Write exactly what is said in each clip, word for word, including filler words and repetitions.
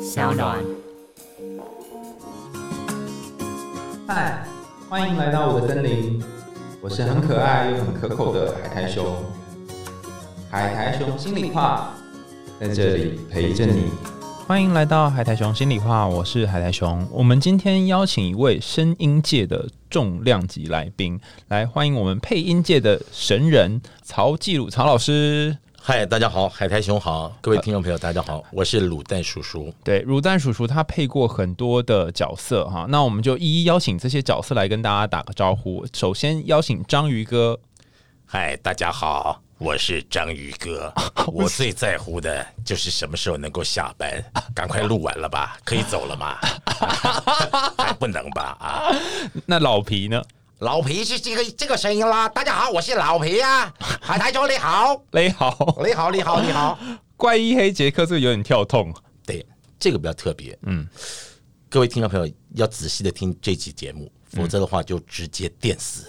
小暖。 嗨，欢迎来到我的森林，我是很可爱又很可口的海苔熊。海苔熊心里话，在这里陪着你。欢迎来到海苔熊心里话，我是海苔熊。我们今天邀请一位声音界的重量级来宾，来欢迎我们配音界的神人曹纪鲁曹老师。 嗨，大家好，海苔熊好，各位听众朋友，大家好，我是卤蛋叔叔。 对，卤蛋叔叔他配过很多的角色哈，那我们就一一邀请这些角色来跟大家打个招呼。首先邀请章鱼哥。 嗨，大家好，我是章鱼哥。我最在乎的就是什么时候能够下班，赶快录完了吧，可以走了吗？还不能吧？啊， 那老皮呢？ 老皮是这个这个声音啦。大家好，我是老皮啊。海苔兄你好， 你好， 你好，你好，你好。 怪医黑杰克这个有点跳痛。 对，这个比较特别。嗯，各位听众朋友要仔细的听这期节目，否则的话就直接电死。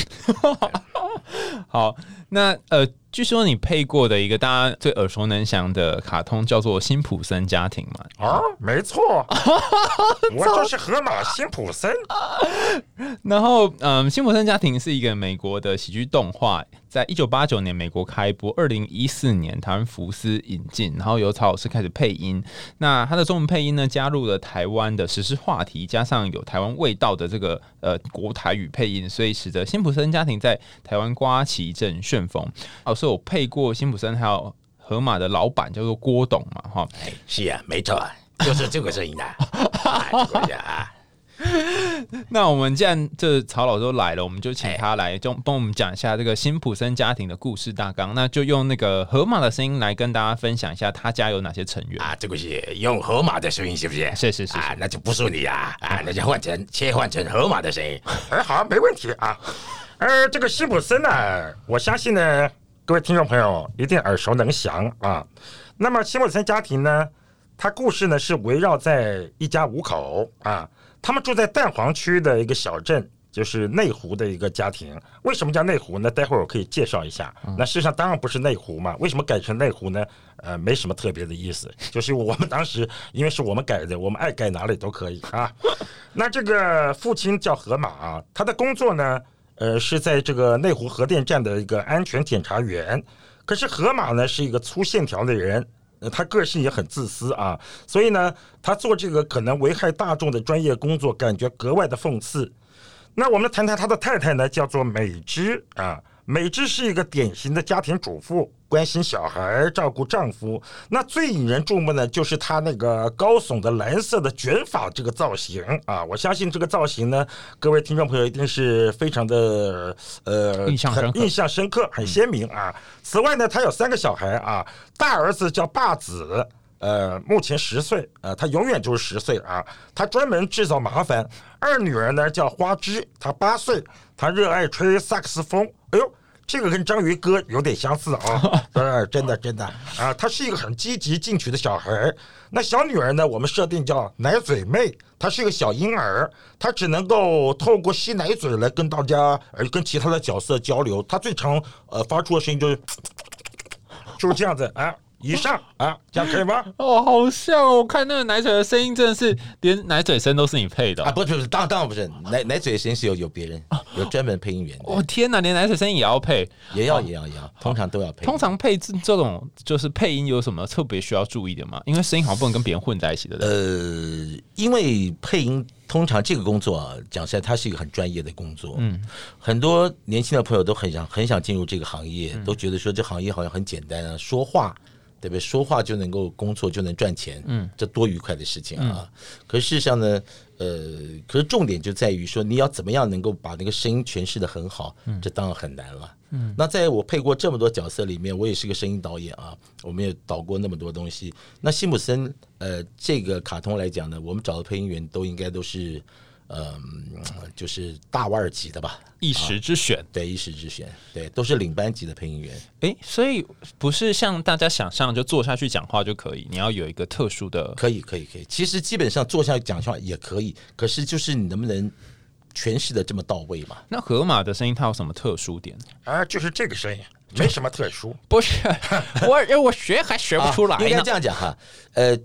好，那呃，据说你配过的一个大家最耳熟能详的卡通叫做《辛普森家庭》嘛？ 啊，没错，我就是河马辛普森。 然后，嗯，辛普森家庭是一个美国的喜剧动画，在一九八九年美国开播，二零一四年台湾福斯引进，然后由曹老师开始配音。那他的中文配音呢，加入了台湾的时事话题，加上有台湾味道的这个呃国台语配音，所以使得辛普森家庭在台湾刮起一阵旋风。老师有配过辛普森，还有河马的老板叫做郭董嘛？哈， 哎，是啊，没错，就是这个声音的。啊那我们既然这曹老师都来了，我们就请他来就帮我们讲一下这个辛普森家庭的故事大纲。那就用那个河马的声音来跟大家分享一下他家有哪些成员啊？这个是用河马的声音是不是？ 是是 是, 是啊，那就不是你啊啊，那就换成切换成河马的声音。哎，好，没问题啊。呃，这个辛普森呢、啊，我相信呢，各位听众朋友一定耳熟能详啊。那么辛普森家庭呢，它故事呢是围绕在一家五口啊。他们住在蛋黄区的一个小镇，就是内湖的一个家庭。为什么叫内湖呢？待会儿我可以介绍一下。那事实上当然不是内湖嘛，为什么改成内湖呢？呃，没什么特别的意思，就是我们当时因为是我们改的，我们爱改哪里都可以啊。那这个父亲叫河马啊，他的工作呢，呃，是在这个内湖核电站的一个安全检查员。可是河马呢是一个粗线条的人。他个性也很自私啊，所以呢，他做这个可能危害大众的专业工作，感觉格外的讽刺。那我们谈谈他的太太呢，叫做美芝啊。美芝是一个典型的家庭主妇，关心小孩，照顾丈夫。那最引人注目的就是她那个高耸的蓝色的卷发这个造型啊！我相信这个造型呢，各位听众朋友一定是非常的呃印象深刻， 印象深刻，很鲜明啊。此外呢，她有三个小孩啊，大儿子叫霸子。呃，目前十岁，呃，他永远就是十岁啊。他专门制造麻烦。二女儿呢叫花枝，她八岁，她热爱吹萨克斯风。哎呦，这个跟章鱼哥有点相似啊，呃，真的真的啊，她是一个很积极进取的小孩。那小女儿呢，我们设定叫奶嘴妹，她是一个小婴儿，她只能够透过吸奶嘴来跟大家，呃，跟其他的角色交流。她最常呃发出的声音就是，就是这样子啊。以上啊，这样可以吗？ 哦，好像哦，我看那个奶嘴的声音真的是连奶嘴声都是你配的、哦、 啊！不是不是，当然当然不是，奶奶嘴的声音是有有别人有专门配音员的。 哦天哪，连奶嘴声音也要配， 也要也要也要，通常都要配。 通常配这种就是配音有什么特别需要注意的吗？因为声音好像不能跟别人混在一起的。 呃，因为配音通常这个工作啊，讲实在，它是一个很专业的工作。嗯，很多年轻的朋友都很想很想进入这个行业，嗯、都觉得说这行业好像很简单啊，说话。对不对？说话就能够工作就能赚钱，嗯，这多愉快的事情啊！嗯、可是事实上呢，呃，可是重点就在于说，你要怎么样能够把那个声音诠释得很好，嗯、这当然很难了。嗯，那在我配过这么多角色里面，我也是个声音导演啊，我们也导过那么多东西。那辛普森呃这个卡通来讲呢，我们找的配音员都应该都是。嗯，就是大腕儿级的吧， 一时之选、啊， 对，一时之选，对，都是领班级的配音员。 哎，所以不是像大家想象就坐下去讲话就可以，你要有一个特殊的， 可以，可以，可以。其实基本上坐下去讲话也可以，可是就是你能不能诠释的这么到位嘛？ 那河马的声音它有什么特殊点啊？就是这个声音。没什么特殊， 不是我我学还学不出来、啊， 应该这样讲哈，呃。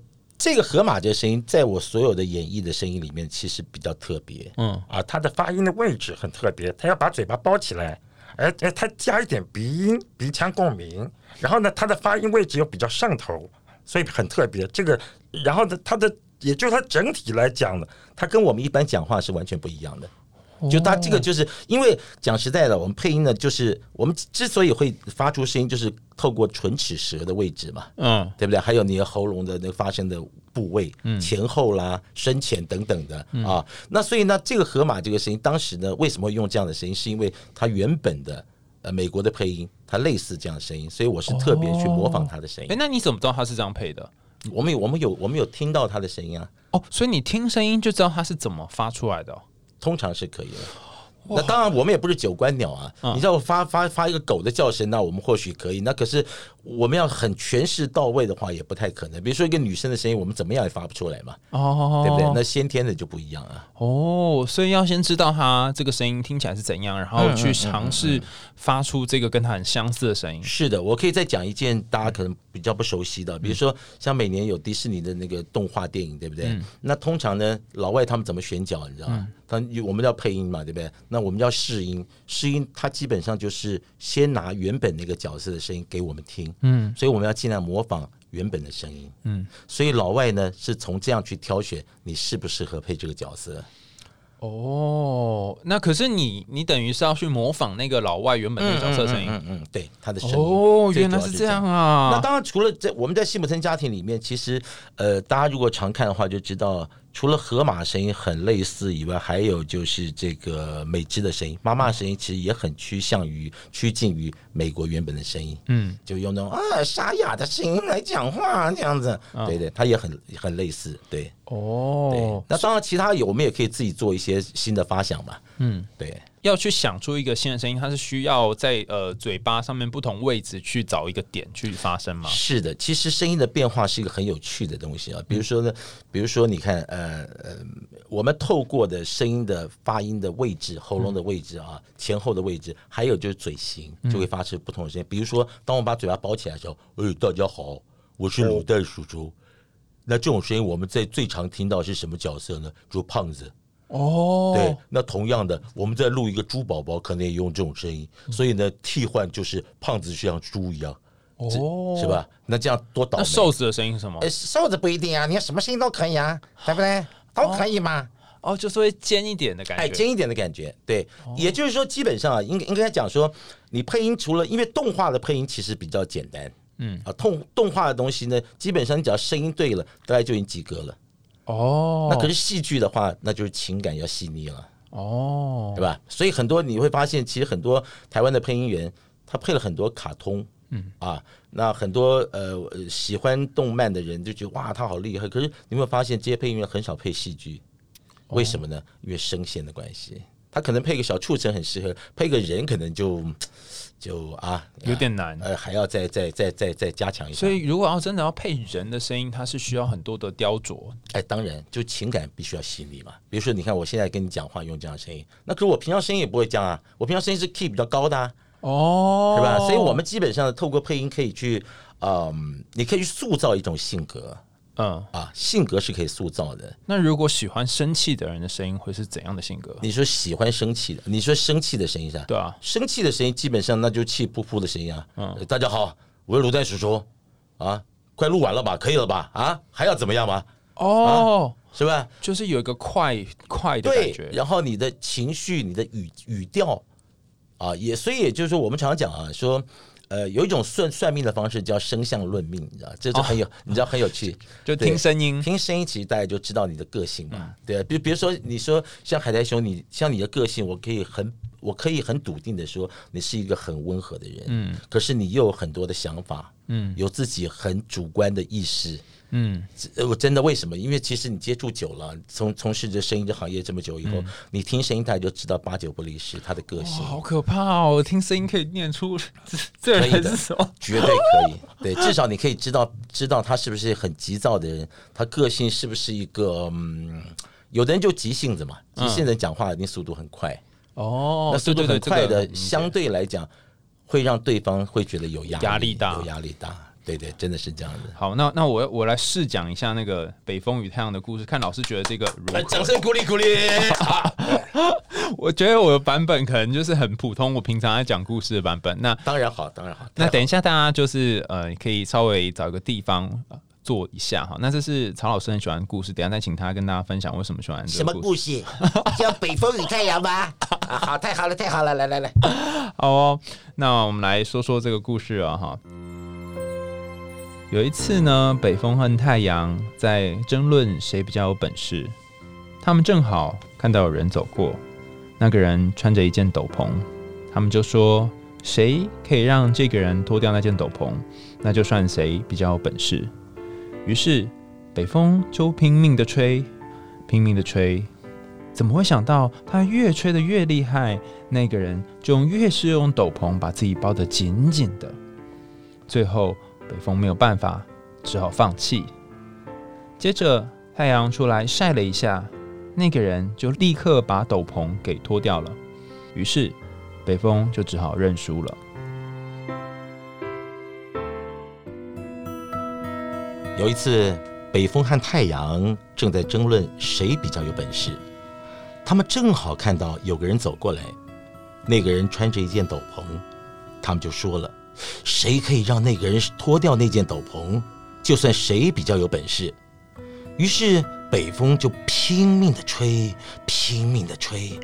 这个河马这个声音，在我所有的演绎的声音里面，其实比较特别。 嗯啊，它的发音的位置很特别，它要把嘴巴包起来，而而它加一点鼻音、鼻腔共鸣，然后呢，它的发音位置又比较上头，所以很特别。这个，然后呢，它的也就是它整体来讲呢， 它跟我们一般讲话是完全不一样的。就它这个就是因为讲实在的，我们配音呢，就是我们之所以会发出声音，就是透过唇齿舌的位置嘛， 嗯， 对不对？还有你的喉咙的那个发声的部位，嗯，前后啦、深浅等等的、嗯、啊。那所以呢，这个河马这个声音，当时呢为什么会用这样的声音？是因为它原本的呃美国的配音，它类似这样的声音，所以我是特别去模仿它的声音。 哎、哦，那你怎么知道它是这样配的？ 我们有我们有我们有听到它的声音啊。 哦，所以你听声音就知道它是怎么发出来的、哦。 通常是可以的。那当然，我们也不是九官鸟啊！你知道发发发一个狗的叫声，那我们或许可以。那可是我们要很诠释到位的话，也不太可能。比如说一个女生的声音，我们怎么样也发不出来嘛，哦，对不对？那先天的就不一样啊。 哦，所以要先知道它这个声音听起来是怎样，然后去尝试发出这个跟它很相似的声音。 是的，我可以再讲一件大家可能比较不熟悉的，比如说像每年有迪士尼的那个动画电影，对不对？嗯、那通常呢，老外他们怎么选角，你知道吗？嗯他我们要配音嘛，对不对？那我们要试音，试音它基本上就是先拿原本那个角色的声音给我们听，嗯，所以我们要尽量模仿原本的声音，嗯，所以老外呢是从这样去挑选你适不适合配这个角色。 哦，那可是你你等于是要去模仿那个老外原本那个角色声音， 嗯 嗯, 嗯, 嗯, 嗯对他的声音。 哦，原来是这样啊！ 那当然，除了在我们在辛普森家庭里面，其实呃，大家如果常看的话，就知道除了河马声音很类似以外，还有就是这个美芝的声音，妈妈的声音其实也很趋向于趋近于美国原本的声音，嗯，就用那种啊沙哑的声音来讲话这样子，嗯、对对，它也很很类似，对。哦，对，那当然，其他有我们也可以自己做一些新的发想嘛。嗯，对， 要去想出一个新的声音，它是需要在呃嘴巴上面不同位置去找一个点去发声吗？ 是的，其实声音的变化是一个很有趣的东西啊。比如说呢，比如说你看，呃呃，我们透过的声音的发音的位置、喉咙的位置啊、嗯、前后的位置，还有就是嘴型，就会发出不同的声音。嗯、比如说，当我们把嘴巴包起来的时候，哎，大家好，我是卤蛋叔叔。那这种声音我们在最常听到是什么角色呢？就是胖子。哦，对，那同样的，我们在录一个猪宝宝，可能也用这种声音，所以呢，替换就是胖子就像猪一样，哦，是吧？那这样多倒霉。 那瘦子的声音是什么？ 呃，瘦子不一定啊，你什么声音都可以啊，对不对？都可以嘛。 哦，哦就是会尖一点的感觉， 哎，尖一点的感觉，对，哦、也就是说，基本上啊，应该应该讲说，你配音除了因为动画的配音其实比较简单。嗯啊，动动画的东西呢，基本上你只要声音对了，大概就已经及格了。哦，那可是戏剧的话，那就是情感要细腻了。哦，对吧？所以很多你会发现，其实很多台湾的配音员，他配了很多卡通，嗯啊，那很多呃喜欢动漫的人就觉得哇，他好厉害。可是你有没有发现，这些配音员很少配戏剧？为什么呢？因为声线的关系，他可能配个小畜生很适合，配个人可能就。就啊， 有点难， 呃，还要再再再再再加强一下。 所以，如果要真的要配人的声音，它是需要很多的雕琢。 哎，当然，就情感必须要细腻嘛。比如说，你看我现在跟你讲话用这样的声音，那可是我平常声音也不会这样啊。我平常声音是 key 比较高的、啊，哦，是吧？所以我们基本上透过配音可以去，嗯，你可以去塑造一种性格。嗯啊，性格是可以塑造的。 那如果喜欢生气的人的声音会是怎样的性格？ 你说喜欢生气的，你说生气的声音是吧？ 对啊， 生气的声音基本上那就气噗噗的声音啊。嗯，大家好，我是卤蛋叔叔啊，快录完了吧？可以了吧？啊，还要怎么样吗？哦，啊、是吧？ 就是有一个快快的感觉， 然后你的情绪、你的语语调啊，也所以也就是说，我们常常讲啊，说。呃，有一种算算命的方式叫生相论命，你知道，这就很有，哦、你知道很有趣， 就听声音， 听声音，其实大家就知道你的个性嘛，嗯、对，比比如说，你说像海苔兄，你像你的个性，我可以很，我可以很笃定的说，你是一个很温和的人，嗯，可是你又有很多的想法，嗯，有自己很主观的意识。嗯，我真的为什么？因为其实你接触久了，从从事这声音这行业这么久以后，嗯、你听声音，大家就知道八九不离十，他的个性。 好可怕哦！听声音可以念出这人是什么？ 绝对可以。对，至少你可以知道知道他是不是很急躁的人，他个性是不是一个嗯，有的人就急性子嘛，急性子讲话一定速度很快。哦，那速度很快的，相对来讲会让对方会觉得有压力， 压力大， 有压力大。 对对，真的是这样子。 好，那那我我来试讲一下那个北风与太阳的故事，看老师觉得这个如何？ 掌声鼓励鼓励。 我觉得我的版本可能就是很普通，我平常在讲故事的版本。那当然好，当然好。 那等一下大家就是呃，可以稍微找一个地方。呃做一下哈，那这是曹老师很喜欢的故事，等一下再请他跟大家分享为什么喜欢这个故事。 什么故事？叫北风与太阳吧？啊，好，太好了，太好了，来来来， 好哦。那我们来说说这个故事啊哈。有一次呢，北风和太阳在争论谁比较有本事，他们正好看到有人走过，那个人穿着一件斗篷，他们就说谁可以让这个人脱掉那件斗篷，那就算谁比较有本事。于是北风就拼命的吹，拼命的吹，怎么会想到他越吹得越厉害，那个人就越是用斗篷把自己包得紧紧的。最后北风没有办法，只好放弃。接着太阳出来晒了一下，那个人就立刻把斗篷给脱掉了。于是北风就只好认输了。 有一次，北风和太阳正在争论谁比较有本事。他们正好看到有个人走过来，那个人穿着一件斗篷，他们就说了：谁可以让那个人脱掉那件斗篷，就算谁比较有本事。于是北风就拼命的吹，拼命的吹。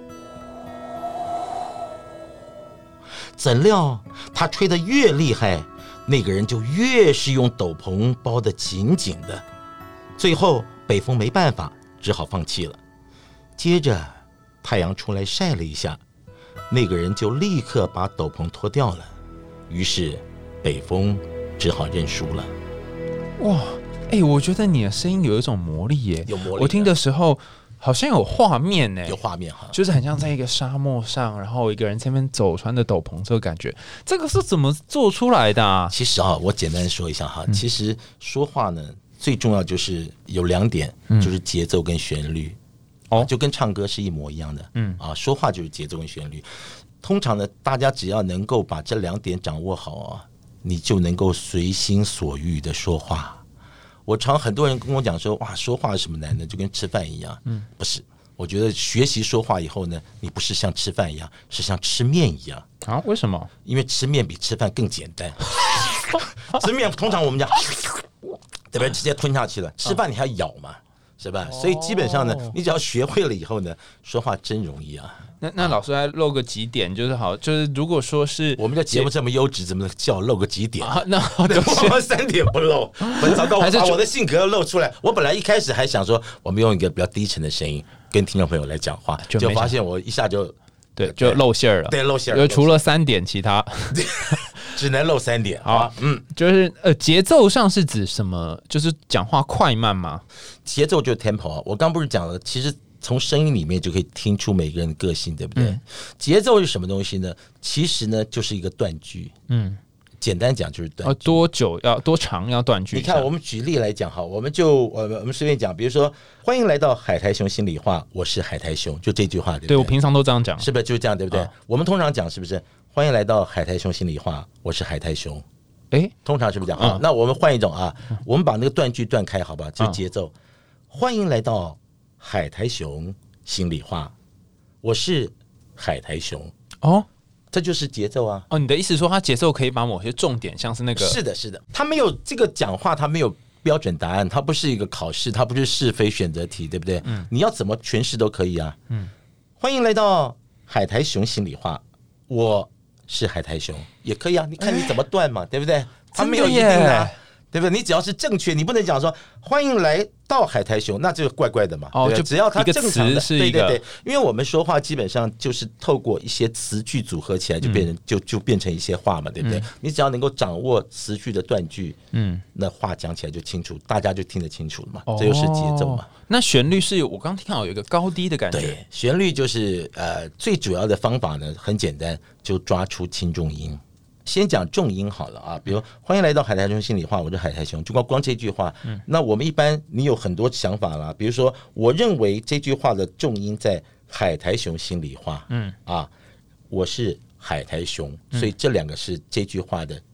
怎料他吹得越厉害，那个人就越是用斗篷包得紧紧的。最后北风没办法，只好放弃了。接着太阳出来晒了一下，那个人就立刻把斗篷脱掉了。于是北风只好认输了。 哇，哎、欸，我觉得你的声音有一种魔力耶， 有魔力。 我听的时候好像有画面呢， 有画面哈， 就是很像在一个沙漠上，然后一个人在那边走，穿的斗篷，这个感觉，这个是怎么做出来的啊？ 其实啊，我简单说一下哈，嗯、其实说话呢，最重要就是有两点，嗯、就是节奏跟旋律。哦，就跟唱歌是一模一样的。嗯啊，说话就是节奏跟旋律。通常呢，大家只要能够把这两点掌握好啊，你就能够随心所欲的说话。我常很多人跟我讲说，哇，说话有什么难的？就跟吃饭一样。嗯，不是。我觉得学习说话以后呢，你不是像吃饭一样，是像吃面一样。 啊？为什么？ 因为吃面比吃饭更简单。吃面通常我们讲，对不对？直接吞下去了。吃饭你还要咬嘛。是吧？所以基本上呢，你只要学会了以后呢，说话真容易啊。 那那老师来漏个几点，就是好，就是如果说是我们的节目这么优质，怎么叫漏个几点？ 啊、那我们三点不漏，我糟糕，我把我的性格露出来。我本来一开始还想说，我们用一个比较低沉的声音跟听众朋友来讲话，就发现我一下就对，就露馅儿了。 对，露馅儿。 就除了三点，其他只能漏三点。 好，嗯，就是呃，节奏上是指什么？就是讲话快慢吗？ 节奏就是 tempo 啊。我刚不是讲了，其实从声音里面就可以听出每个人的个性，对不对？嗯、节奏是什么东西呢？其实呢，就是一个断句。嗯，简单讲就是断句。 呃，多久要多长要断句？ 你看，我们举例来讲哈，我们就我们我们随便讲，比如说，欢迎来到海苔熊心里话，我是海苔熊，就这句话，对不对？ 对，我平常都这样讲， 是不是就是这样，对不对？啊、我们通常讲是不是？欢迎来到海苔熊心里话，我是海苔熊。哎，通常是不是这样？好、嗯，那我们换一种啊，我们把那个断句断开，好吧？就节奏。嗯、欢迎来到海苔熊心里话，我是海苔熊。哦，这就是节奏啊！ 哦，你的意思说，它节奏可以把某些重点，像是那个…… 是的，是的，它没有这个讲话，它没有标准答案，它不是一个考试，它不是是非选择题，对不对？嗯，你要怎么诠释都可以啊。嗯，欢迎来到海苔熊心里话。我是海苔熊也可以啊，你看你怎么断嘛，对不对？它没有一定啊，对不对？你只要是正确，你不能讲说欢迎来到海苔熊，那就怪怪的嘛。哦， 就只要它正常的， 是对对对，因为我们说话基本上就是透过一些词句组合起来，就变成、嗯、就就变成一些话嘛，对不对？嗯、你只要能够掌握词句的断句，嗯，那话讲起来就清楚，大家就听得清楚了嘛。哦、这就是节奏嘛。 那旋律是我刚听到有一个高低的感觉， 对，旋律就是呃最主要的方法呢，很简单，就抓出轻重音。先讲重音好了啊，比如欢迎来到海苔熊心里话，我是海苔熊，就光光这句话，嗯、那我们一般你有很多想法啦，比如说我认为这句话的重音在海苔熊心里话，嗯啊，我是海苔熊，所以这两个是这句话的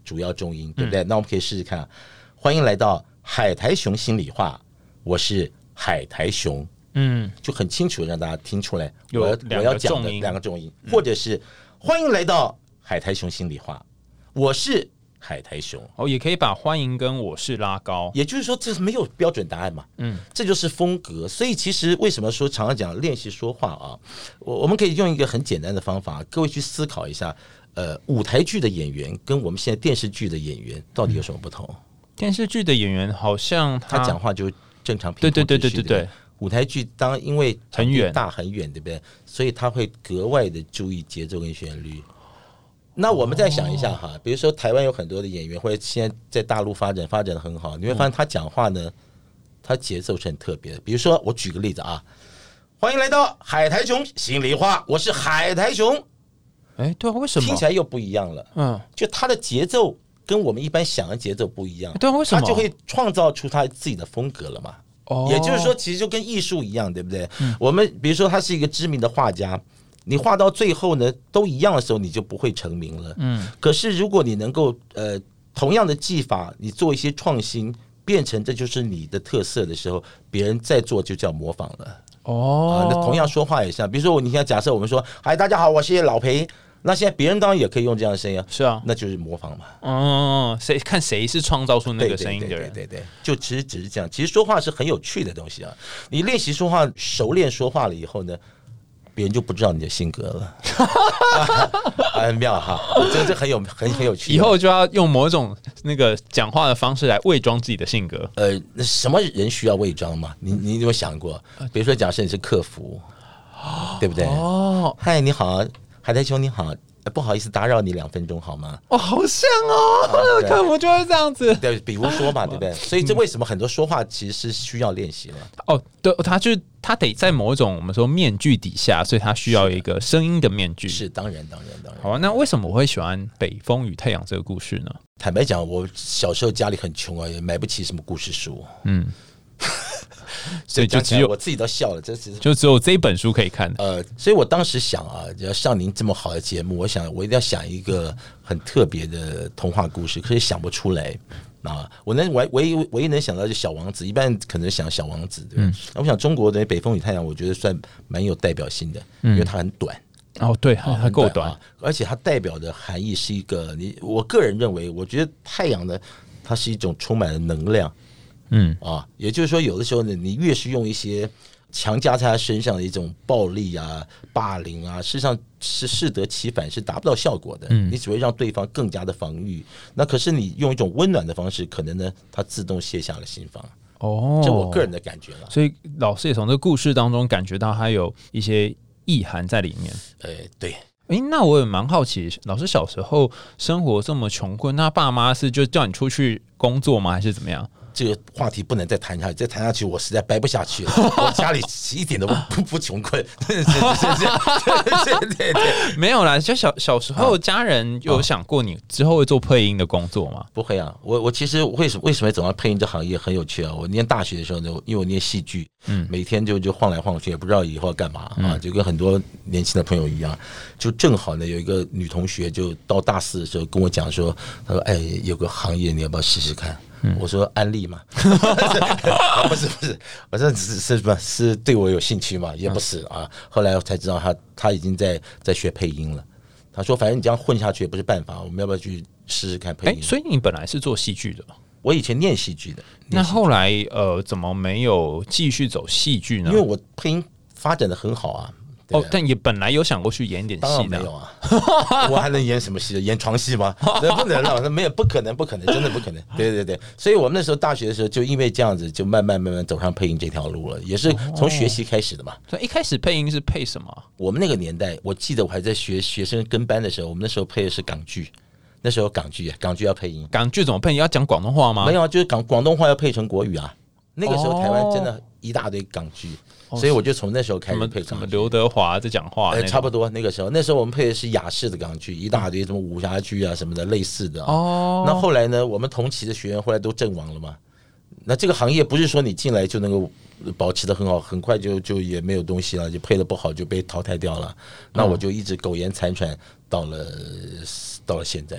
主要重音，对不对？嗯、那我们可以试试看、啊。欢迎来到海苔熊心里话，我是海苔熊。嗯，就很清楚让大家听出来我要我要讲的两个重音，嗯、或者是欢迎来到海苔熊心里话，我是海苔熊。 哦，也可以把欢迎跟我是拉高， 也就是说这是没有标准答案嘛，嗯，这就是风格。所以其实为什么说常常讲练习说话啊，我我们可以用一个很简单的方法，各位去思考一下，呃，舞台剧的演员跟我们现在电视剧的演员到底有什么不同？嗯、 电视剧的演员好像 他, 他讲话就正常平铺直叙，对对对对对对。 舞台剧当因为很远大很远，对不对？所以他会格外的注意节奏跟旋律。那我们再想一下哈，哦、比如说台湾有很多的演员，或者现在在大陆发展发展的很好，你会发现他讲话呢，他节奏是很特别的。比如说，我举个例子啊，欢迎来到海苔熊心里话，我是海苔熊。 哎，对啊，为什么听起来又不一样了？嗯，就他的节奏跟我们一般想的节奏不一样， 对啊，为什么？ 他就会创造出他自己的风格了嘛。Oh. 也就是说其实就跟艺术一样，对不对、嗯、我们比如说他是一个知名的画家，你画到最后呢都一样的时候你就不会成名了，嗯，可是如果你能够呃同样的技法你做一些创新，变成这就是你的特色的时候，别人再做就叫模仿了。哦、oh. 呃，那同样说话也像，比如说你看假设我们说嗨大家好我是老裴，那现在别人当然也可以用这样的声音， 是啊， 那就是模仿嘛。 哦，谁看谁是创造出那个声音的人？ 对对 对, 对, 对, 对，就其实只是这样。其实说话是很有趣的东西啊。你练习说话，熟练说话了以后呢，别人就不知道你的性格了。啊、很妙哈，这这很有很很有趣。 以后就要用某种那个讲话的方式来伪装自己的性格。 呃，什么人需要伪装嘛？你你有没有想过？比如说，假设你是客服，对不对？哦，嗨，你好。海苔兄你好，不好意思打扰你两分钟好吗？ 哦，好像哦，客服就会这样子。 对，比如说嘛，对不对？所以这为什么很多说话其实是需要练习了？ 哦，对，他就他得在某种我们说面具底下，所以他需要一个声音的面具。 是，当然，当然，当然。 好啊，那为什么我会喜欢《北风与太阳》这个故事呢？ 坦白讲，我小时候家里很穷啊，也买不起什么故事书。嗯。 所以就只有我自己都笑了，这是就只有这一本书可以看。 呃，所以我当时想啊，要上您这么好的节目，我想我一定要想一个很特别的童话故事，可是想不出来啊。我能唯唯一唯一能想到就是小王子，一般可能想小王子，对吧？嗯、我想中国的《北风与太阳》，我觉得算蛮有代表性的，嗯、因为它很短。 哦，对，它够短、 啊，而且它代表的含义是一个，你我个人认为，我觉得太阳呢，它是一种充满了能量。嗯啊，也就是说，有的时候呢，你越是用一些强加在他身上的一种暴力啊、霸凌啊，事实上是适得其反，是达不到效果的。嗯，你只会让对方更加的防御。那可是你用一种温暖的方式，可能呢，他自动卸下了心防。哦，这我个人的感觉了。 所以老师也从这个故事当中感觉到他有一些意涵在里面。 呃，对。 哎，那我也蛮好奇，老师小时候生活这么穷困，那爸妈是就叫你出去工作吗，还是怎么样？ 这个话题不能再谈下去，再谈下去我实在掰不下去了。我家里一点都不不穷困，对对对对， 没有啦。就小小时候，家人有想过你之后会做配音的工作吗？ 不会啊，我我其实为什么为什么走到配音这行业很有趣啊？我念大学的时候呢，因为我念戏剧，嗯，每天就就晃来晃去，也不知道以后要干嘛啊，就跟很多年轻的朋友一样，就正好呢有一个女同学就到大四的时候跟我讲说，她说哎有个行业你要不要试试看？我说安利嘛，不是不是，我说是是吧？是对我有兴趣嘛？也不是啊。后来我才知道他他已经在在学配音了。他说反正你这样混下去也不是办法，我们要不要去试试看配音？ 欸、所以你本来是做戏剧的， 我以前念戏剧的。 那后来呃怎么没有继续走戏剧呢？ 因为我配音发展的很好啊。 哦，但也本来有想过去演一点戏的， 当然没有啊！我还能演什么戏？演床戏吗？不能了，没有，不可能，不可能，真的不可能。对对对，所以我们那时候大学的时候，就因为这样子，就慢慢慢慢走上配音这条路了，也是从学习开始的嘛。 所以一开始配音是配什么？ 我们那个年代，我记得我还在学学生跟班的时候，我们那时候配的是港剧。那时候港剧，港剧要配音， 港剧怎么配？你要讲广东话吗？ 没有，就是港广东话要配成国语啊。那个时候台湾真的一大堆港剧。所以我就从那时候开始配什么刘德华在讲话、欸， 差不多那个时候，那时候我们配的是亚视的港剧，一大堆什么武侠剧啊什么的类似的、啊。哦，那后来呢，我们同期的学员后来都阵亡了嘛。那这个行业不是说你进来就能够保持得很好，很快就就也没有东西了，就配得不好就被淘汰掉了。那我就一直苟延残喘到了到了现在。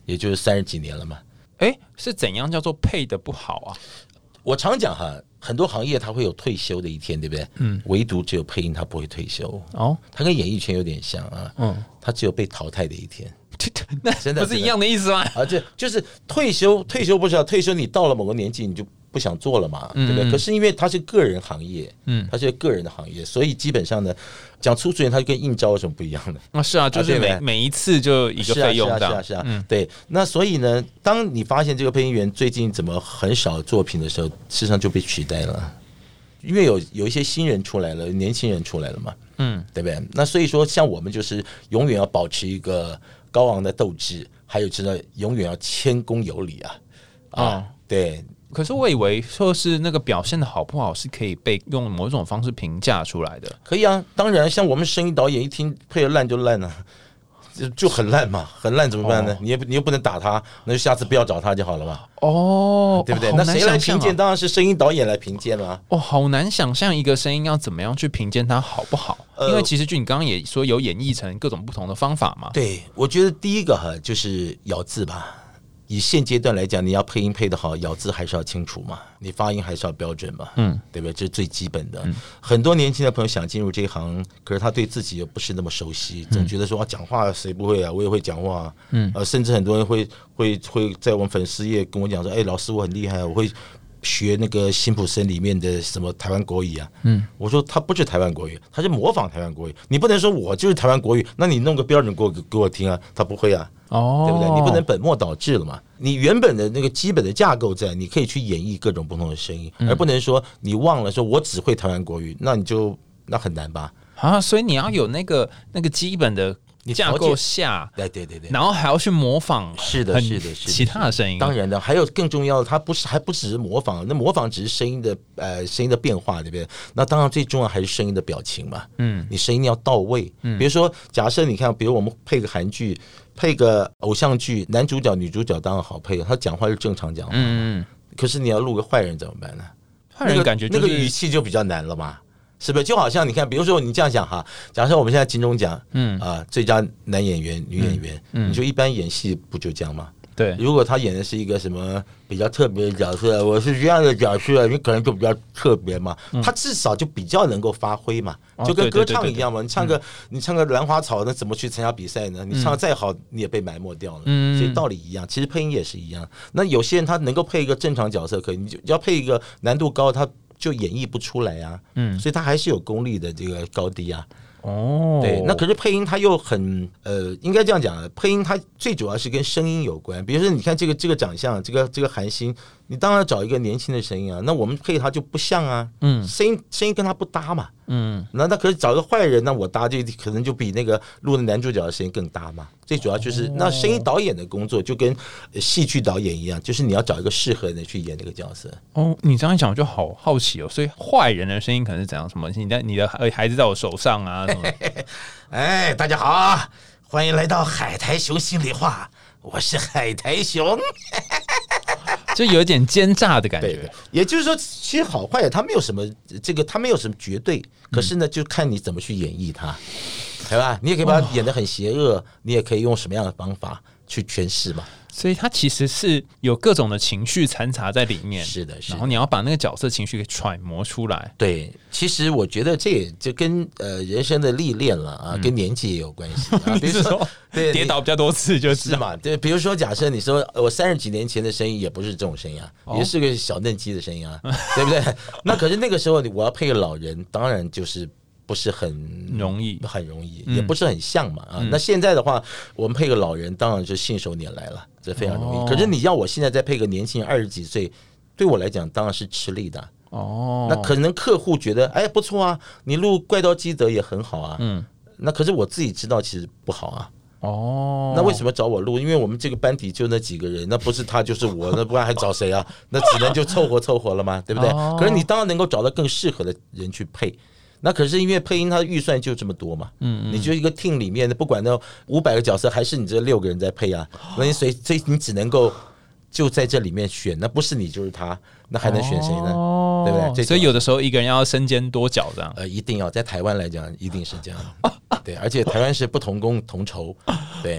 也就是三十几年了嘛。 哎，是怎样叫做配的不好啊？ 我常讲哈，很多行业它会有退休的一天，对不对？嗯，唯独只有配音它不会退休哦，它跟演艺圈有点像啊，嗯，它只有被淘汰的一天。 那真的不是一样的意思吗？ 啊，这就是退休，退休不是要退休，你到了某个年纪你就不想做了嘛，嗯、对不对？可是因为它是个人行业，嗯，它是个人的行业，所以基本上呢，讲粗俗点，它就跟应招有什么不一样的？ 啊，是啊，就是每、啊、每一次就一个费用的， 是啊，是啊，是啊，嗯，对。那所以呢，当你发现这个配音员最近怎么很少作品的时候，事实上就被取代了，因为有有一些新人出来了，年轻人出来了嘛，嗯，对不对？那所以说，像我们就是永远要保持一个高昂的斗志，还有知道永远要谦恭有礼啊，啊，哦、对。 可是我以为说是那个表现的好不好是可以被用某种方式评价出来的。 可以啊，当然，像我们声音导演一听配的烂就烂了、啊，就就很烂嘛，很烂怎么办呢？哦、你也你又不能打他，那就下次不要找他就好了嘛。 哦， 对不对？ 哦、 那谁来评鉴？当然是声音导演来评鉴了。 哦，好难想象一个声音要怎么样去评鉴它好不好，呃、因为其实就你刚刚也说有演绎成各种不同的方法嘛。 对，我觉得第一个哈就是咬字吧。以现阶段来讲，你要配音配得好，咬字还是要清楚嘛，你发音还是要标准嘛，嗯，对不对？这是最基本的。嗯、很多年轻的朋友想进入这一行，可是他对自己又不是那么熟悉，总觉得说啊，讲话谁不会啊？我也会讲话、啊，嗯，呃，甚至很多人会会会在我们粉丝页跟我讲说，哎，老师我很厉害，我会学那个辛普森里面的什么台湾国语啊，嗯，我说他不是台湾国语，他是模仿台湾国语，你不能说我就是台湾国语，那你弄个标准给我给我听啊，他不会啊。哦，对不对？你不能本末倒置了嘛？你原本的那个基本的架构在，你可以去演绎各种不同的声音，嗯、而不能说你忘了说我只会台湾国语，那你就那很难吧？ 啊，所以你要有那个那个基本的架构下， 对对对对， 然后还要去模仿， 是的，是的，是的， 其他的声音。 当然的，还有更重要的，它不是还不只是模仿，那模仿只是声音的呃声音的变化，对不对？那当然最重要还是声音的表情嘛。嗯，你声音要到位。嗯，比如说，假设你看，比如我们配个韩剧。配个偶像剧，男主角、女主角当然好配，他讲话是正常讲话。嗯，可是你要录个坏人怎么办呢？ 坏人感觉、就是、 那个语气就比较难了嘛，是不是？就好像你看，比如说你这样讲哈，假设我们现在金钟奖，嗯啊、呃，最佳男演员、女演员，嗯，你就一般演戏不就这样吗？ 对， 如果他演的是一个什么比较特别的角色，我是这样的角色，你可能就比较特别嘛。嗯、他至少就比较能够发挥嘛，就跟歌唱一样嘛。你唱个、嗯、你唱个兰花草，那怎么去参加比赛呢？你唱的再好，你也被埋没掉了。嗯、所以道理一样，其实配音也是一样。那有些人他能够配一个正常角色，可以，你就要配一个难度高，他就演绎不出来啊。嗯，所以他还是有功力的这个高低啊。哦，对，那可是配音它又很呃，应该这样讲，配音它最主要是跟声音有关。比如说，你看这个这个长相，这个这个韩星，你当然找一个年轻的声音啊，那我们配他就不像啊，嗯，声音声音跟他不搭嘛，嗯，那那可是找一个坏人，那我搭就可能就比那个录的男主角的声音更搭嘛。最主要就是、哦、那声音导演的工作就跟戏剧导演一样，就是你要找一个适合的去演那个角色。 哦，你这样讲我就好好奇哦，所以坏人的声音可能是怎样？什么？你的你的孩子在我手上啊？什么哎，大家好，欢迎来到海苔熊心里话，我是海苔熊。 就有点奸诈的感觉。 对，也就是说，其实好坏它没有什么这个，它没有什么绝对，可是呢，就看你怎么去演绎它，对吧？你也可以把它演得很邪恶，你也可以用什么样的方法去诠释嘛。 所以它其实是有各种的情绪掺杂在里面， 是的，是的。 然后你要把那个角色情绪给揣摩出来。 对，其实我觉得这也就跟呃人生的历练了啊，嗯、跟年纪也有关系啊。比如说，对， 跌倒比较多次就是嘛。对，比如说，假设你说我三十几年前的声音也不是这种声音啊，哦、也是个小嫩鸡的声音啊，对不对？那可是那个时候我要配个老人，当然就是不是很容易， 很容易，嗯、也不是很像嘛啊。嗯、那现在的话，我们配个老人，当然就信手拈来了。这非常容易，哦、可是你要我现在再配个年轻人二十几岁，对我来讲当然是吃力的哦。那可能客户觉得哎不错啊，你录怪盗基德也很好啊，嗯，那可是我自己知道其实不好啊。哦，那为什么找我录？因为我们这个班底就那几个人，那不是他就是我，那不然还找谁啊？那只能就凑合凑合了嘛，对不对？哦、可是你当然能够找到更适合的人去配。那可是因为配音，它的预算就这么多嘛，嗯嗯，你就一个 team 里面的，不管那五百个角色，还是你这六个人在配啊，那你所以所以你只能够就在这里面选，那不是你就是他，那还能选谁呢？哦、对不对？ 所以有的时候一个人要身兼多角这样， 呃，一定要在台湾来讲，一定是这样，对，而且台湾是不同工同酬，对。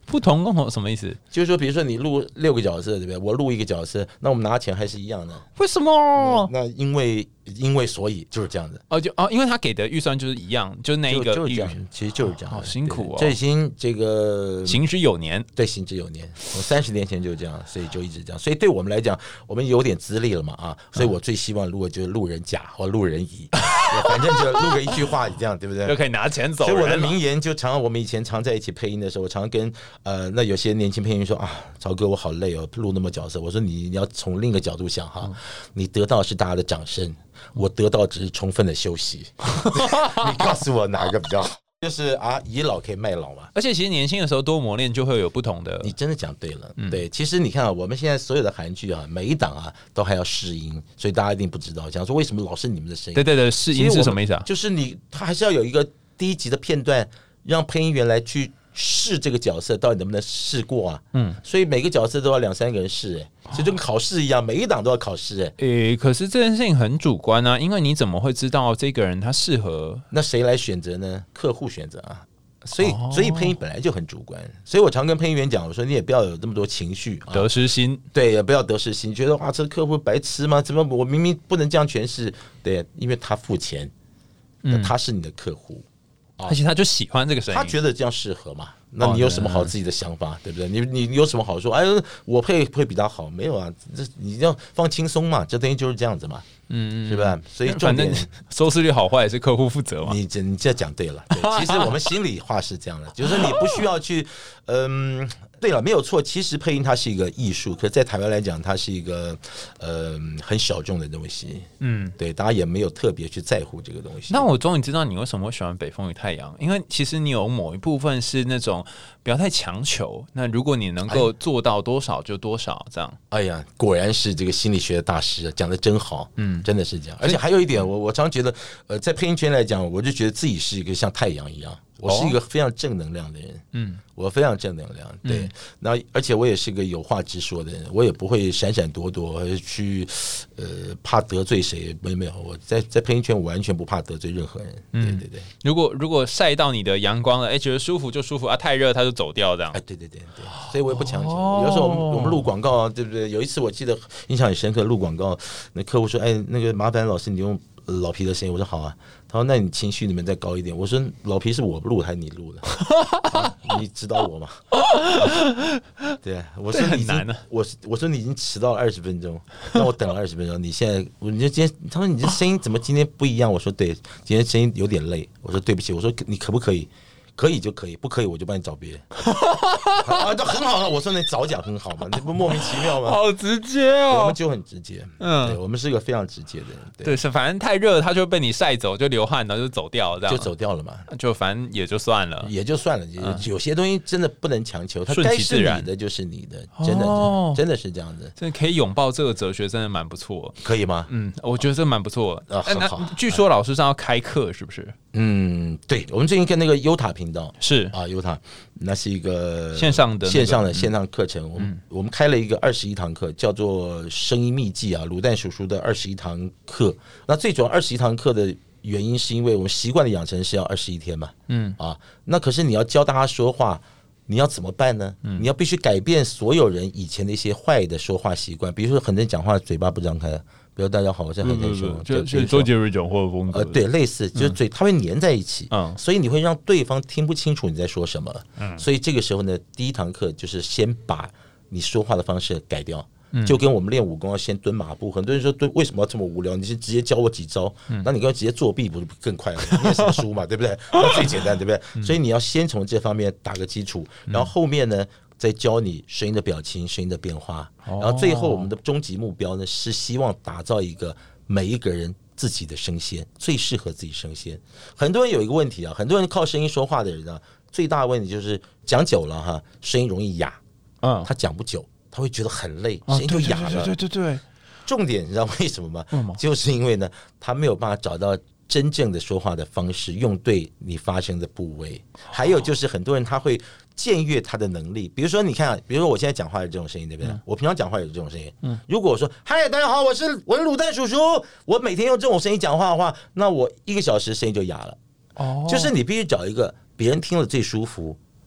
不同共同什么意思？ 就是说，比如说你录六个角色，对不对？我录一个角色，那我们拿钱还是一样的。 为什么？ 那因为因为所以就是这样子。 哦，就哦，因为他给的预算就是一样，就是那一个就是这样，其实就是这样。 好辛苦哦， 这已经这个行之有年， 对，行之有年。我三十年前就是这样，所以就一直这样。所以对我们来讲，我们有点资历了嘛啊，所以我最希望如果就是路人甲或路人乙，反正就录个一句话，这样对不对？ 就可以拿钱走。 所以我的名言就常常我们以前常在一起配音的时候，我常跟呃那有些年轻配音员说啊，曹哥我好累哦，录那么角色。我说你你要从另一个角度想哈，你得到是大家的掌声，我得到只是充分的休息。你告诉我哪个比较好？就是啊，倚老可以卖老嘛。 而且其实年轻的时候多磨练，就会有不同的。 你真的讲对了，嗯、对。其实你看啊，我们现在所有的韩剧啊，每一档啊都还要试音，所以大家一定不知道，讲说为什么老是你们的声音。 对对对，试音是什么意思啊？ 就是你，他还是要有一个第一集的片段，让配音员来去试这个角色到底能不能试过啊？嗯，所以每个角色都要两三个人试、欸，哎，所以就跟考试一样，每一档都要考试、欸，哎。 诶，可是这件事情很主观啊，因为你怎么会知道这个人他适合？ 那谁来选择呢？客户选择啊。所以，所以配音本来就很主观，所以我常跟配音员讲，我说你也不要有这么多情绪、啊， 得失心， 对，也不要得失心，觉得哇，这客户白痴吗？怎么我明明不能这样诠释？对，因为他付钱，嗯、他是你的客户， 啊、而且他就喜欢这个声音， 他觉得这样适合嘛？那你有什么好自己的想法，对不对？你你有什么好说？哎，我配会比他好，没有啊？这你要放轻松嘛，这东西就是这样子嘛。嗯，是吧？所以反正收视率好坏也是客户负责嘛。 你这你这讲对了，对，其实我们心里话是这样的，就是你不需要去，嗯，对了，没有错。其实配音它是一个艺术，可是在台湾来讲，它是一个呃很小众的东西。嗯，对，大家也没有特别去在乎这个东西。 那我终于知道你为什么会喜欢《北风与太阳》，因为其实你有某一部分是那种不要太强求。那如果你能够做到多少就多少，这样。 哎呀，果然是这个心理学的大师，讲得真好。嗯。真的是这样，而且还有一点，我我常觉得，呃，在配音圈来讲，我就觉得自己是一个像太阳一样，我是一个非常正能量的人，嗯，我非常正能量，对，那、嗯、而且我也是个有话直说的人，我也不会闪闪躲躲去，呃，怕得罪谁，没有没有，我在在配音圈我完全不怕得罪任何人，嗯、对对对。 如果如果晒到你的阳光了，哎，觉得舒服就舒服啊，太热它就走掉这样， 哎，对对对对，所以我也不强求。哦、有时候我们我们录广告啊，对不对？有一次我记得印象很深刻，录广告，那客户说，哎，那个麻烦老师你用老皮的声音，我说好啊。他说：“那你情绪里面再高一点。”我说：“老皮是我录还是你录的？啊、你指导我吗？”对，我说你已经，我我说你已经迟到了二十分钟，那我等了二十分钟，你现在，我就今天，他说你这声音怎么今天不一样？我说对，今天声音有点累。我说对不起，我说你可不可以？可以就可以，不可以我就帮你找别人。啊，这很好了。我说你早讲很好嘛，你不莫名其妙吗？ 好直接哦， 我们就很直接。嗯，对，我们是一个非常直接的人。 对，对是反正太热，他就被你晒走，就流汗，然后就走掉，这样就走掉了嘛。 就反正也就算了， 也就算了。嗯、有些东西真的不能强求，它该是你的就是你的，真的、哦、真的是这样子。 真的可以拥抱这个哲学，真的蛮不错。 可以吗？ 嗯，我觉得这蛮不错。 啊，很好。 据说老师上要开课，是不是？ 嗯，对，我们最近跟那个优塔频道是啊，优塔那是一个线上的、那个、 线上的线上课程，我们、嗯、我们开了一个二十一堂课，叫做声音秘技啊，卤蛋叔叔的二十一堂课。那最主要二十一堂课的原因是因为我们习惯的养成是要二十一天嘛，嗯啊，那可是你要教大家说话。你要怎么办呢？嗯、你要必须改变所有人以前的一些坏的说话习惯，比如说很多人讲话嘴巴不张开，比如大家好，我是很害羞， 就就周杰伦讲话的风格， 呃，对，类似，就是嘴、嗯、它会粘在一起，嗯，所以你会让对方听不清楚你在说什么，嗯，所以这个时候呢，第一堂课就是先把你说话的方式改掉。就跟我们练武功要先蹲马步，很多人说蹲为什么要这么无聊？你是直接教我几招，嗯、那你刚刚直接作弊不是更快了？念什么书嘛，对不对？那最简单，对不对？嗯、所以你要先从这方面打个基础，然后后面呢再教你声音的表情、声音的变化，然后最后我们的终极目标呢是希望打造一个每一个人自己的声线，最适合自己声线。很多人有一个问题啊，很多人靠声音说话的人啊，最大的问题就是讲久了哈，声音容易哑，嗯，他讲不久。他会觉得很累，声音就哑了。 对对对对对， 重点你知道为什么吗？嗯、就是因为呢，他没有办法找到真正的说话的方式，用对你发声的部位。还有就是很多人他会僭越他的能力，比如说你看，比如说我现在讲话有这种声音，对不对？嗯、我平常讲话有这种声音。嗯，如果我说嗨，大家好，我是我是卤蛋叔叔，我每天用这种声音讲话的话，那我一个小时声音就哑了。哦，就是你必须找一个别人听了最舒服。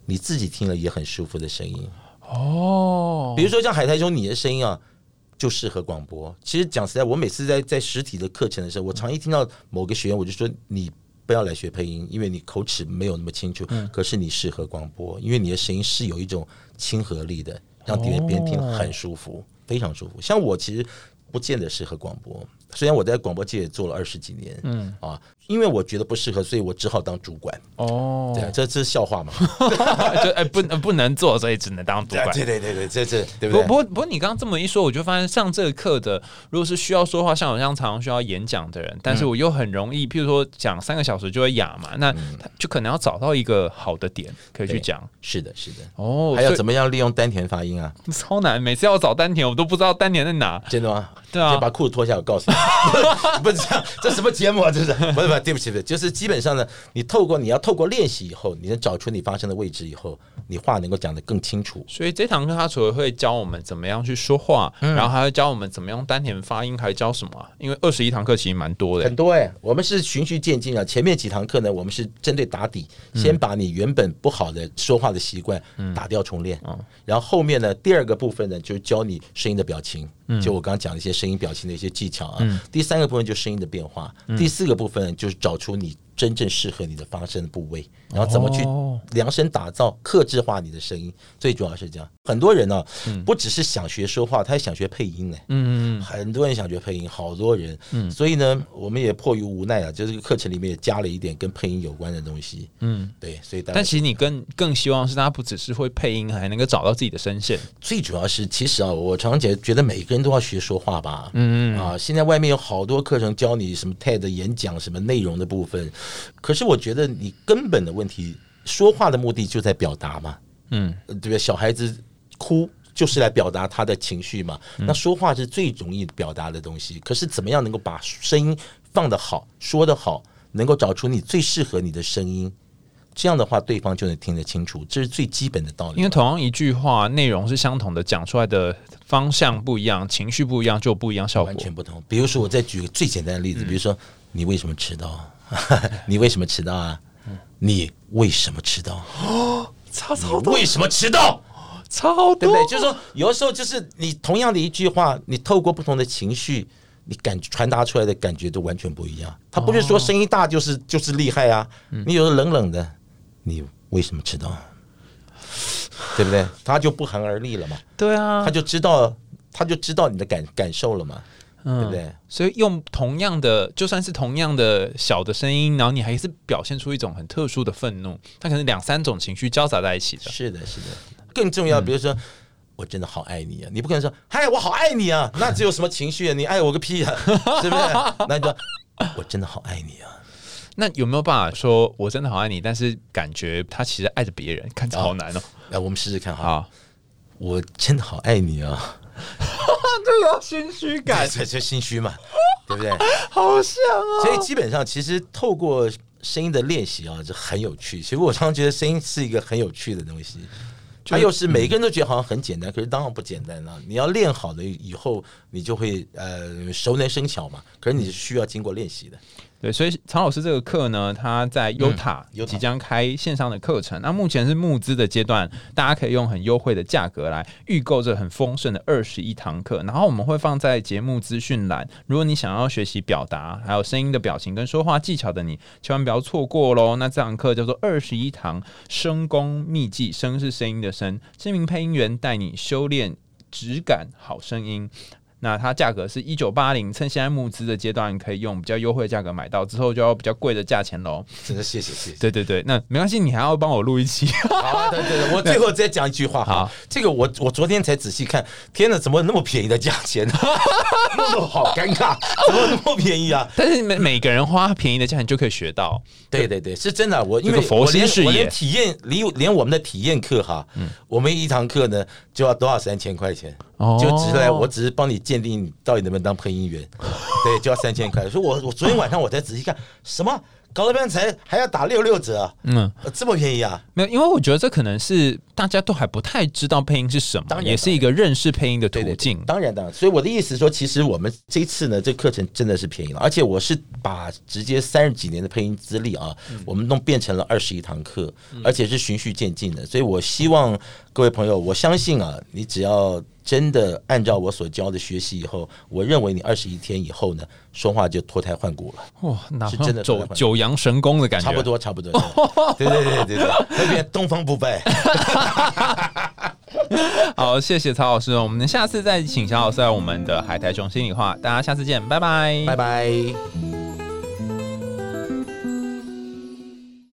你自己听了也很舒服的声音。 哦， 比如说像海苔兄你的声音啊，就适合广播。其实讲实在，我每次在在实体的课程的时候，我常一听到某个学员，我就说你不要来学配音，因为你口齿没有那么清楚，嗯、可是你适合广播，因为你的声音是有一种亲和力的，让别人听了很舒服，非常舒服。像我其实不见得适合广播，虽然我在广播界也做了二十几年，嗯啊，因为我觉得不适合，所以我只好当主管。哦，对，这这是笑话嘛？ 就哎、欸、不不能做，所以只能当主管。 对对对对，这这对不对？ 不过不过你刚刚这么一说，我就发现上这个课的，如果是需要说话，像我这样常常需要演讲的人，但是我又很容易，譬如说讲三个小时就会哑嘛，那就可能要找到一个好的点可以去讲。 是的，是的。 哦， 还要怎么样利用丹田发音啊？ 超难，每次要找丹田，我都不知道丹田在哪。 真的吗？ 对啊， 先把裤子脱下，我告诉你，不是这样，这什么节目啊？这是不是不是？对不起，对不起，就是基本上呢，你透过你要透过练习以后，你能找出你发声的位置以后，你话能够讲得更清楚。 所以这堂课他除了会教我们怎么样去说话，嗯、然后还会教我们怎么样丹田发音，还教什么、啊？因为二十一堂课其实蛮多的， 很多哎、欸。我们是循序渐进啊，前面几堂课呢，我们是针对打底，嗯、先把你原本不好的说话的习惯打掉重练，嗯、然后后面呢，第二个部分呢，就是教你声音的表情。就我刚刚讲的一些声音表情的一些技巧啊，嗯、第三个部分就是声音的变化，嗯、第四个部分就是找出你真正适合你的发声的部位，然后怎么去量身打造、客制化你的声音。最主要是这样，很多人呢、啊，嗯、不只是想学说话，他还想学配音呢。嗯嗯很多人想学配音，好多人。嗯，所以呢，我们也迫于无奈啊，就这个课程里面也加了一点跟配音有关的东西。嗯，对，所以但其实你更更希望是他不只是会配音，还能够找到自己的声线。 最主要是，其实啊，我常常觉得每个人都要学说话吧。嗯嗯啊，现在外面有好多课程教你什么 T E D 演讲什么内容的部分。可是我觉得你根本的问题，说话的目的就在表达嘛，嗯，对不对？小孩子哭就是来表达他的情绪嘛，嗯、那说话是最容易表达的东西。可是怎么样能够把声音放得好，说得好，能够找出你最适合你的声音，这样的话对方就能听得清楚，这是最基本的道理。 因为同样一句话，内容是相同的，讲出来的方向不一样，情绪不一样，就有不一样效果， 完全不同。比如说，我再举个最简单的例子，嗯、比如说你为什么迟到？你为什么迟到啊？你为什么迟到？ 哦，超超多！ 为什么迟到？ 超多， 对不对？就是说，有的时候就是你同样的一句话，你透过不同的情绪，你感传达出来的感觉都完全不一样。他不是说声音大就是就是厉害啊，你有的冷冷的，你为什么迟到？对不对？他就不寒而栗了嘛。 对啊， 他就知道，他就知道你的感感受了嘛。对不对？ 所以用同样的，就算是同样的小的声音，然后你还是表现出一种很特殊的愤怒，它可能两三种情绪交杂在一起的。 是的，是的。更重要，比如说，嗯、我真的好爱你啊！你不可能说，嗨，我好爱你啊！那只有什么情绪啊？你爱我个屁啊！是不是？那你就，我真的好爱你啊！ 那有没有办法说我真的好爱你，但是感觉他其实爱着别人，看着好难哦。 来，我们试试看哈。我真的好爱你啊！ 这个心虚感， 这这心虚嘛，对不对？ 好像啊。 所以基本上，其实透过声音的练习啊，这很有趣。其实我常常觉得声音是一个很有趣的东西。它又是每个人都觉得好像很简单，可是当然不简单了。你要练好了以后，你就会呃熟能生巧嘛。可是你是需要经过练习的。 对，所以曹老师这个课呢，他在优塔即将开线上的课程，那、嗯、目前是募资的阶段，大家可以用很优惠的价格来预购这很丰盛的二十一堂课，然后我们会放在节目资讯栏。如果你想要学习表达，还有声音的表情跟说话技巧的你，千万不要错过咯。那这堂课叫做二十一堂声功秘技，声是声音的声，知名配音员带你修炼质感好声音。那它价格是一九八零，趁现在募资的阶段可以用比较优惠的价格买到，之后就要比较贵的价钱喽。 真的谢谢谢谢。 对对对，那没关系，你还要帮我录一期。 好，对对对，我最后再讲一句话哈。这个我我昨天才仔细看，天哪，怎么那么便宜的价钱？弄得好尴尬，怎么那么便宜啊？ 但是每每个人花便宜的价钱就可以学到。 对对对，是真的。我因为佛心事业， 我连体验连连我们的体验课哈，嗯、我们一堂课呢就要多少三千块钱。哦、就只是来，我只是帮你鉴定你到底能不能当配音员，对，就要三千块。所以我我昨天晚上我才仔细看，什么搞了半天才还要打六六折，嗯、呃，这么便宜啊？ 没有，因为我觉得这可能是大家都还不太知道配音是什么，也是一个认识配音的途径。 当然，当然。所以我的意思是说，其实我们这一次呢，这课程真的是便宜了，而且我是把直接三十几年的配音资历啊，嗯、我们弄变成了二十一堂课，嗯、而且是循序渐进的。所以我希望各位朋友，我相信啊，你只要真的按照我所教的学习以后，我认为你二十一天以后呢，说话就脱胎换骨了。 哇，那是真的九九阳神功的感觉， 差不多，差不多。对对对对对，会变东方不败。 好，谢谢曹老师，我们下次再请曹老师来我们的海苔熊心里话，大家下次见，拜拜， 拜拜。